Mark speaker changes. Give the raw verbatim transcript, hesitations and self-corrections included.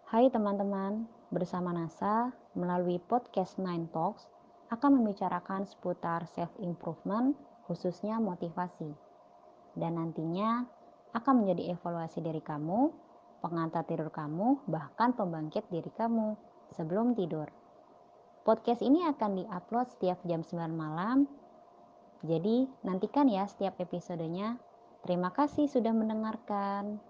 Speaker 1: Hai teman-teman, bersama Nasa melalui podcast Nine Talks akan membicarakan seputar self-improvement khususnya motivasi. Dan nantinya akan menjadi evaluasi diri kamu, pengantar tidur kamu, bahkan pembangkit diri kamu sebelum tidur. Podcast ini akan diupload setiap jam sembilan malam, jadi nantikan ya setiap episodenya. Terima kasih sudah mendengarkan.